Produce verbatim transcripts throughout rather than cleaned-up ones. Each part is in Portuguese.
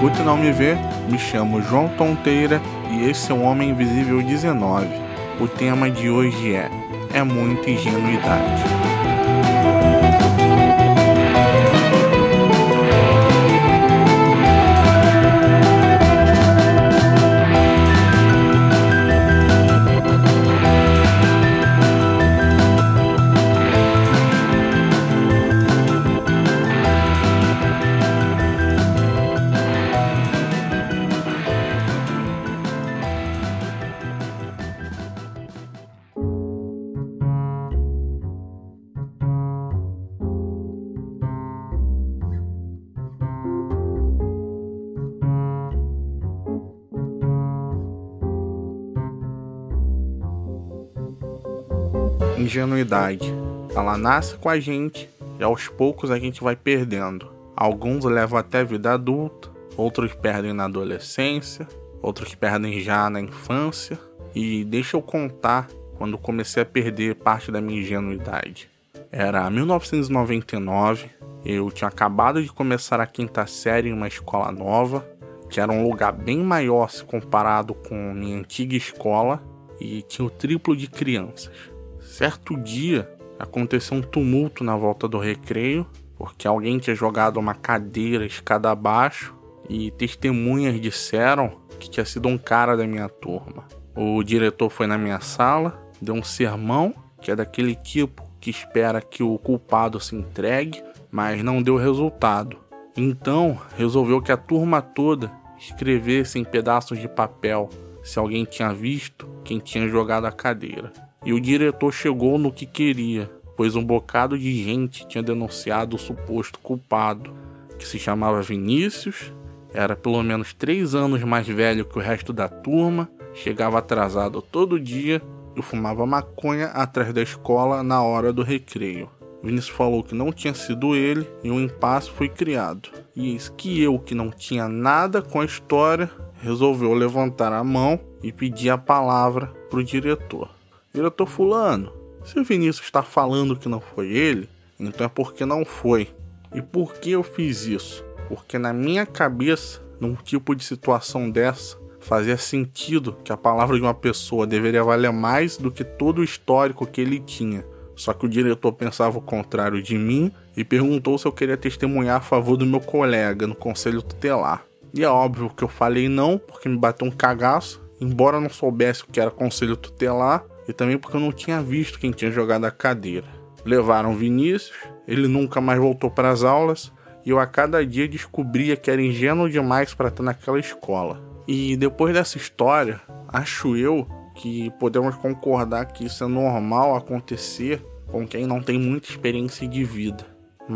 escuta e não me vê, me chamo João Tonteira e esse é o Homem Invisível dezenove. O tema de hoje é É muita ingenuidade. Ingenuidade. Ela nasce com a gente e aos poucos a gente vai perdendo. Alguns levam até a vida adulta, outros perdem na adolescência, outros perdem já na infância. E deixa eu contar quando comecei a perder parte da minha ingenuidade. Era mil novecentos e noventa e nove, eu tinha acabado de começar a quinta série em uma escola nova, que era um lugar bem maior se comparado com minha antiga escola, e tinha o triplo de crianças. Certo dia, aconteceu um tumulto na volta do recreio, porque alguém tinha jogado uma cadeira escada abaixo e testemunhas disseram que tinha sido um cara da minha turma. O diretor foi na minha sala, deu um sermão, que é daquele tipo que espera que o culpado se entregue, mas não deu resultado. Então, resolveu que a turma toda escrevesse em pedaços de papel se alguém tinha visto quem tinha jogado a cadeira. E o diretor chegou no que queria, pois um bocado de gente tinha denunciado o suposto culpado, que se chamava Vinícius, era pelo menos três anos mais velho que o resto da turma, chegava atrasado todo dia e fumava maconha atrás da escola na hora do recreio. Vinícius falou que não tinha sido ele e um impasse foi criado. E eis que eu, que não tinha nada com a história, resolveu levantar a mão e pedir a palavra para o diretor. Diretor fulano, se o Vinícius está falando que não foi ele, então é porque não foi. E por que eu fiz isso? Porque na minha cabeça, num tipo de situação dessa, fazia sentido que a palavra de uma pessoa deveria valer mais do que todo o histórico que ele tinha. Só que o diretor pensava o contrário de mim e perguntou se eu queria testemunhar a favor do meu colega no conselho tutelar. E é óbvio que eu falei não, porque me bateu um cagaço, embora eu não soubesse o que era conselho tutelar, e também porque eu não tinha visto quem tinha jogado a cadeira. Levaram Vinícius, ele nunca mais voltou para as aulas, e eu a cada dia descobria que era ingênuo demais para estar naquela escola. E depois dessa história, acho eu que podemos concordar que isso é normal acontecer com quem não tem muita experiência de vida.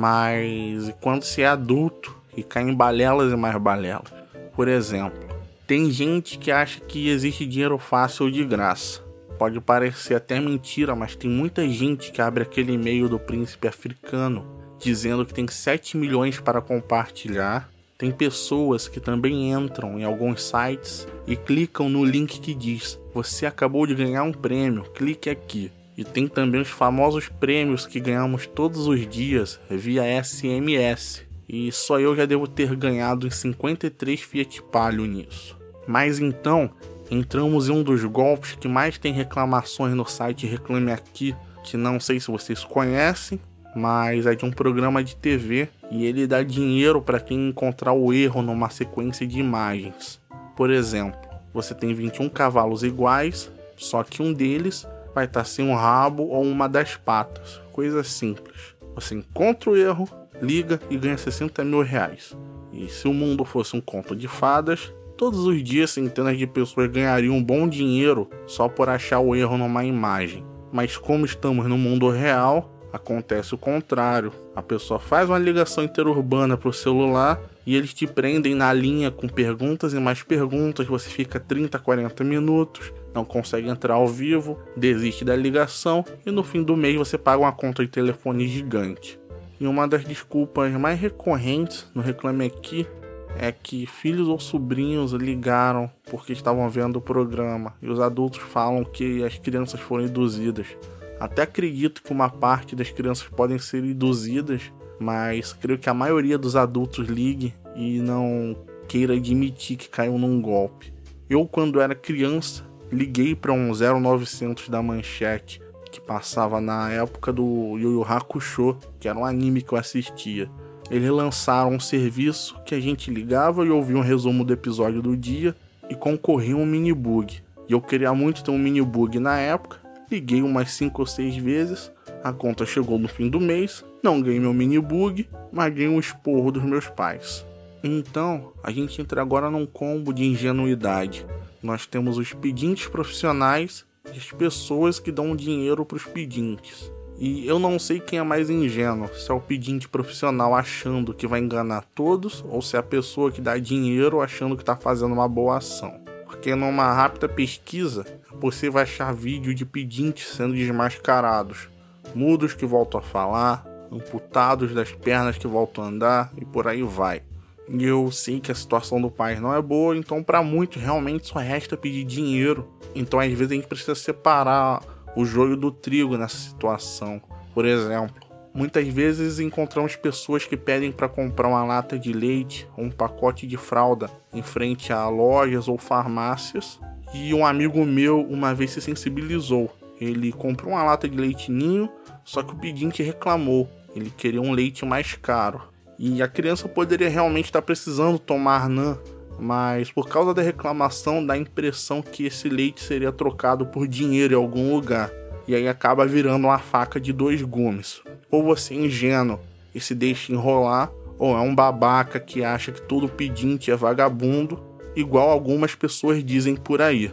Mas quando se é adulto e cai em balelas e mais balelas. Por exemplo, tem gente que acha que existe dinheiro fácil ou de graça. Pode parecer até mentira, mas tem muita gente que abre aquele e-mail do príncipe africano dizendo que tem sete milhões para compartilhar. Tem pessoas que também entram em alguns sites e clicam no link que diz: você acabou de ganhar um prêmio, clique aqui. E tem também os famosos prêmios que ganhamos todos os dias via S M S. E só eu já devo ter ganhado em cinquenta e três Fiat Palio nisso. Mas então, entramos em um dos golpes que mais tem reclamações no site Reclame Aqui, que não sei se vocês conhecem, mas é de um programa de T V e ele dá dinheiro para quem encontrar o erro numa sequência de imagens. Por exemplo, você tem vinte e um cavalos iguais, só que um deles vai estar sem um rabo ou uma das patas. Coisa simples. Você encontra o erro, liga e ganha sessenta mil reais. E se o mundo fosse um conto de fadas, todos os dias centenas de pessoas ganhariam um bom dinheiro só por achar o erro numa imagem. Mas como estamos no mundo real, acontece o contrário. A pessoa faz uma ligação interurbana para o celular e eles te prendem na linha com perguntas e mais perguntas. Você fica trinta, quarenta minutos, não consegue entrar ao vivo, desiste da ligação e no fim do mês você paga uma conta de telefone gigante. E uma das desculpas mais recorrentes no Reclame Aqui é que filhos ou sobrinhos ligaram porque estavam vendo o programa e os adultos falam que as crianças foram induzidas. Até acredito que uma parte das crianças podem ser induzidas, mas creio que a maioria dos adultos ligue e não queira admitir que caiu num golpe. Eu, quando era criança, liguei para um zero novecentos da Manchete, que passava na época do Yu Yu Hakusho, que era um anime que eu assistia. Eles lançaram um serviço que a gente ligava e ouvia um resumo do episódio do dia e concorria um mini bug. E eu queria muito ter um mini bug na época, liguei umas cinco ou seis vezes, a conta chegou no fim do mês, não ganhei meu mini bug, mas ganhei um esporro dos meus pais. Então, a gente entra agora num combo de ingenuidade. Nós temos os pedintes profissionais e as pessoas que dão dinheiro para os pedintes. E eu não sei quem é mais ingênuo, se é o pedinte profissional achando que vai enganar todos, ou se é a pessoa que dá dinheiro achando que está fazendo uma boa ação. Porque numa rápida pesquisa, você vai achar vídeo de pedintes sendo desmascarados, mudos que voltam a falar, amputados das pernas que voltam a andar e por aí vai. E eu sei que a situação do país não é boa, então para muitos realmente só resta pedir dinheiro. Então às vezes a gente precisa separar o joio do trigo nessa situação. Por exemplo, muitas vezes encontramos pessoas que pedem para comprar uma lata de leite ou um pacote de fralda em frente a lojas ou farmácias. E um amigo meu uma vez se sensibilizou. Ele comprou uma lata de leite ninho, só que o pedinte reclamou. Ele queria um leite mais caro. E a criança poderia realmente estar precisando tomar N A, mas por causa da reclamação dá a impressão que esse leite seria trocado por dinheiro em algum lugar. E aí acaba virando uma faca de dois gumes. Ou você é ingênuo e se deixa enrolar, ou é um babaca que acha que todo pedinte é vagabundo, igual algumas pessoas dizem por aí.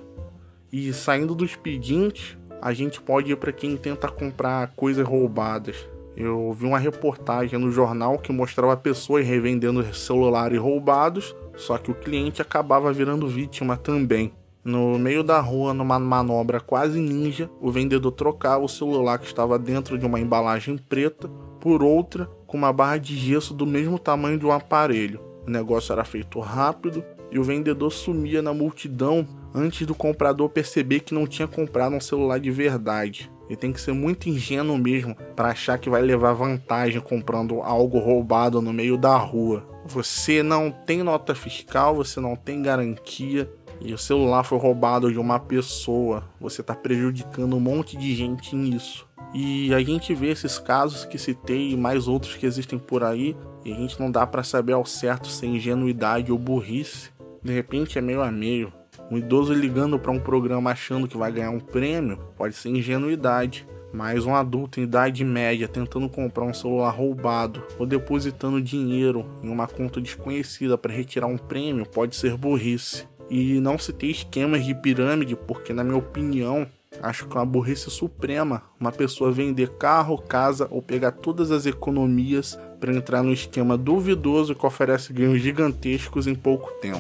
E saindo dos pedintes, a gente pode ir para quem tenta comprar coisas roubadas. Eu vi uma reportagem no jornal que mostrava pessoas revendendo celulares roubados, só que o cliente acabava virando vítima também. No meio da rua, numa manobra quase ninja, o vendedor trocava o celular que estava dentro de uma embalagem preta por outra com uma barra de gesso do mesmo tamanho de um aparelho. O negócio era feito rápido e o vendedor sumia na multidão antes do comprador perceber que não tinha comprado um celular de verdade. E tem que ser muito ingênuo mesmo para achar que vai levar vantagem comprando algo roubado no meio da rua. Você não tem nota fiscal, você não tem garantia e o celular foi roubado de uma pessoa. Você está prejudicando um monte de gente nisso. E a gente vê esses casos que citei e mais outros que existem por aí e a gente não dá para saber ao certo se é ingenuidade ou burrice. De repente é meio a meio. Um idoso ligando para um programa achando que vai ganhar um prêmio pode ser ingenuidade, mas um adulto em idade média tentando comprar um celular roubado ou depositando dinheiro em uma conta desconhecida para retirar um prêmio pode ser burrice. E não se tem esquemas de pirâmide porque, na minha opinião, acho que é uma burrice suprema uma pessoa vender carro, casa ou pegar todas as economias para entrar no esquema duvidoso que oferece ganhos gigantescos em pouco tempo.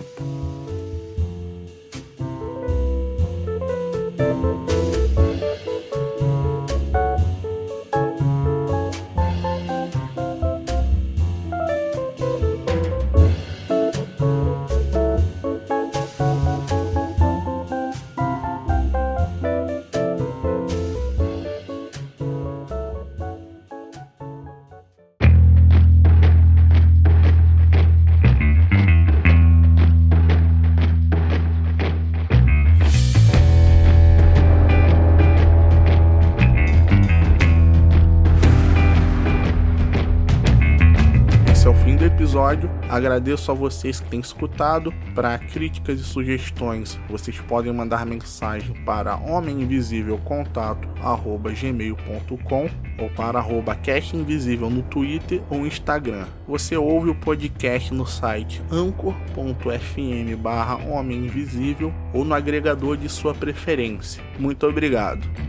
Episódio. Agradeço a vocês que têm escutado. Para críticas e sugestões, vocês podem mandar mensagem para homeminvisívelcontato arroba gmail ponto com ou para arroba castinvisível no Twitter ou Instagram. Você ouve o podcast no site anchor ponto f m barra homem invisível ou no agregador de sua preferência. Muito obrigado.